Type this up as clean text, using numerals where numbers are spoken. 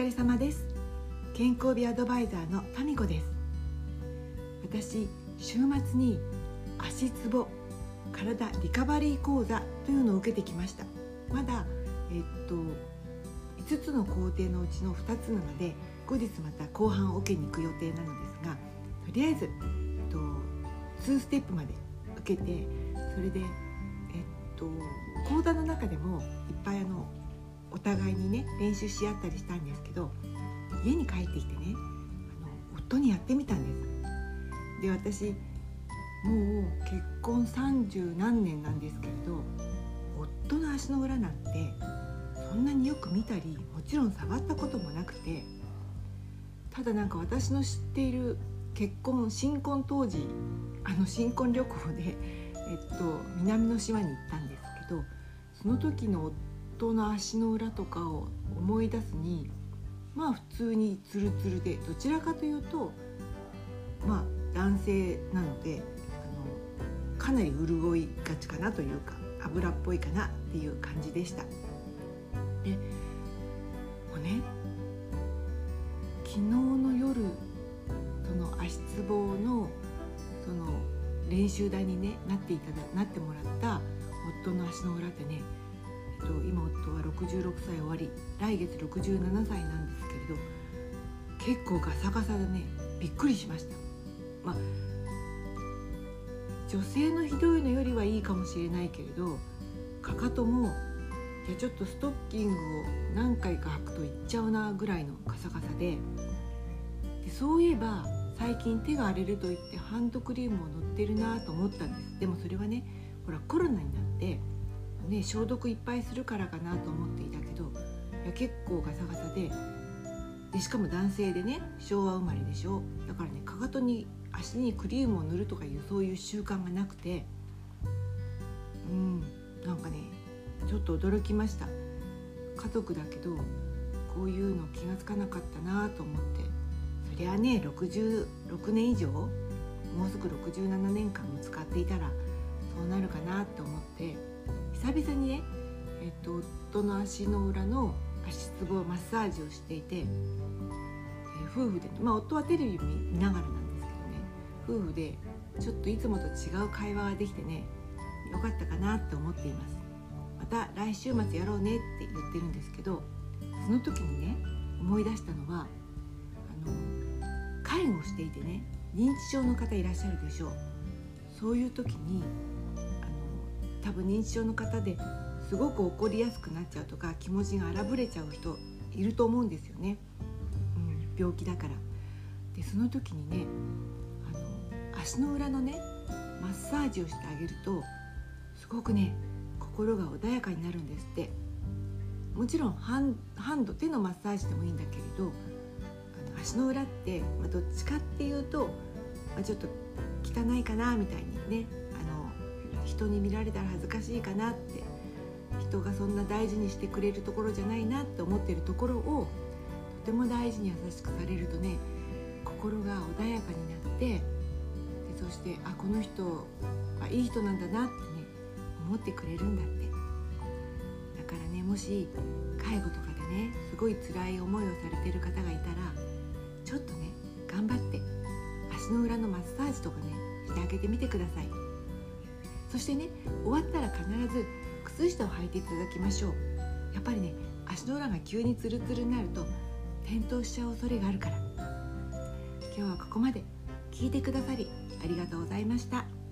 れ様です。健康美アドバイザーのタミコです。私、週末に足つぼ体リカバリー講座というのを受けてきました。まだ、5つの工程のうちの2つなので、後日また後半受けに行く予定なのですが、とりあえず、2ステップまで受けて、それで、講座の中でもいっぱいお互いにね練習し合ったりしたんですけど、家に帰ってきてね夫にやってみたんです。で、私もう結婚30何年なんですけれど、夫の足の裏なんてそんなによく見たり、もちろん触ったこともなくて、ただ私の知っている新婚当時新婚旅行で、南の島に行ったんですけど、その時の夫の足の裏とかを思い出すに、普通にツルツルで、どちらかというと男性なのでかなり潤いがちかなというか、油っぽいかなっていう感じでした。でもうね、昨日の夜その足つぼのその練習台に、なってもらった夫の足の裏ってね、今夫は66歳終わり、来月67歳なんですけれど、結構ガサガサでね、びっくりしました。女性のひどいのよりはいいかもしれないけれど、かかともちょっとストッキングを何回か履くといっちゃうなぐらいのガサガサで、そういえば最近手が荒れると言ってハンドクリームを塗ってるなと思ったんです。でもそれはね、コロナになって消毒いっぱいするからかなと思っていたけど、結構ガサガサで、しかも男性でね、昭和生まれでしょ。だからね、かかとに足にクリームを塗るとかいうそういう習慣がなくて、ちょっと驚きました。家族だけどこういうの気がつかなかったなと思って、そりゃね、66年以上、もうすぐ67年間も使っていたらそうなるかなと思って、久々にね、夫の足の裏の足つぼマッサージをしていて、夫婦で、夫はテレビ見ながらなんですけどね、夫婦でちょっといつもと違う会話ができてね、よかったかなって思っています。また来週末やろうねって言ってるんですけど、その時にね、思い出したのは、介護していてね、認知症の方いらっしゃるでしょう。そういう時に多分認知症の方ですごく怒りやすくなっちゃうとか、気持ちが荒ぶれちゃう人いると思うんですよね、病気だから。で、その時にね、足の裏のねマッサージをしてあげると、すごくね心が穏やかになるんですって。もちろんハンド、手のマッサージでもいいんだけれど、足の裏って、どっちかっていうと、ちょっと汚いかなみたいにね、人に見られたら恥ずかしいかなって、人がそんな大事にしてくれるところじゃないなって思っているところを、とても大事に優しくされるとね、心が穏やかになって、でそしてこの人はいい人なんだなってね思ってくれるんだって。だからね、もし介護とかでね、すごい辛い思いをされている方がいたら、ちょっとね頑張って足の裏のマッサージとかねしてあげてみてください。そしてね、終わったら必ず靴下を履いていただきましょう。やっぱりね、足の裏が急にツルツルになると転倒しちゃう恐れがあるから。今日はここまで聞いてくださりありがとうございました。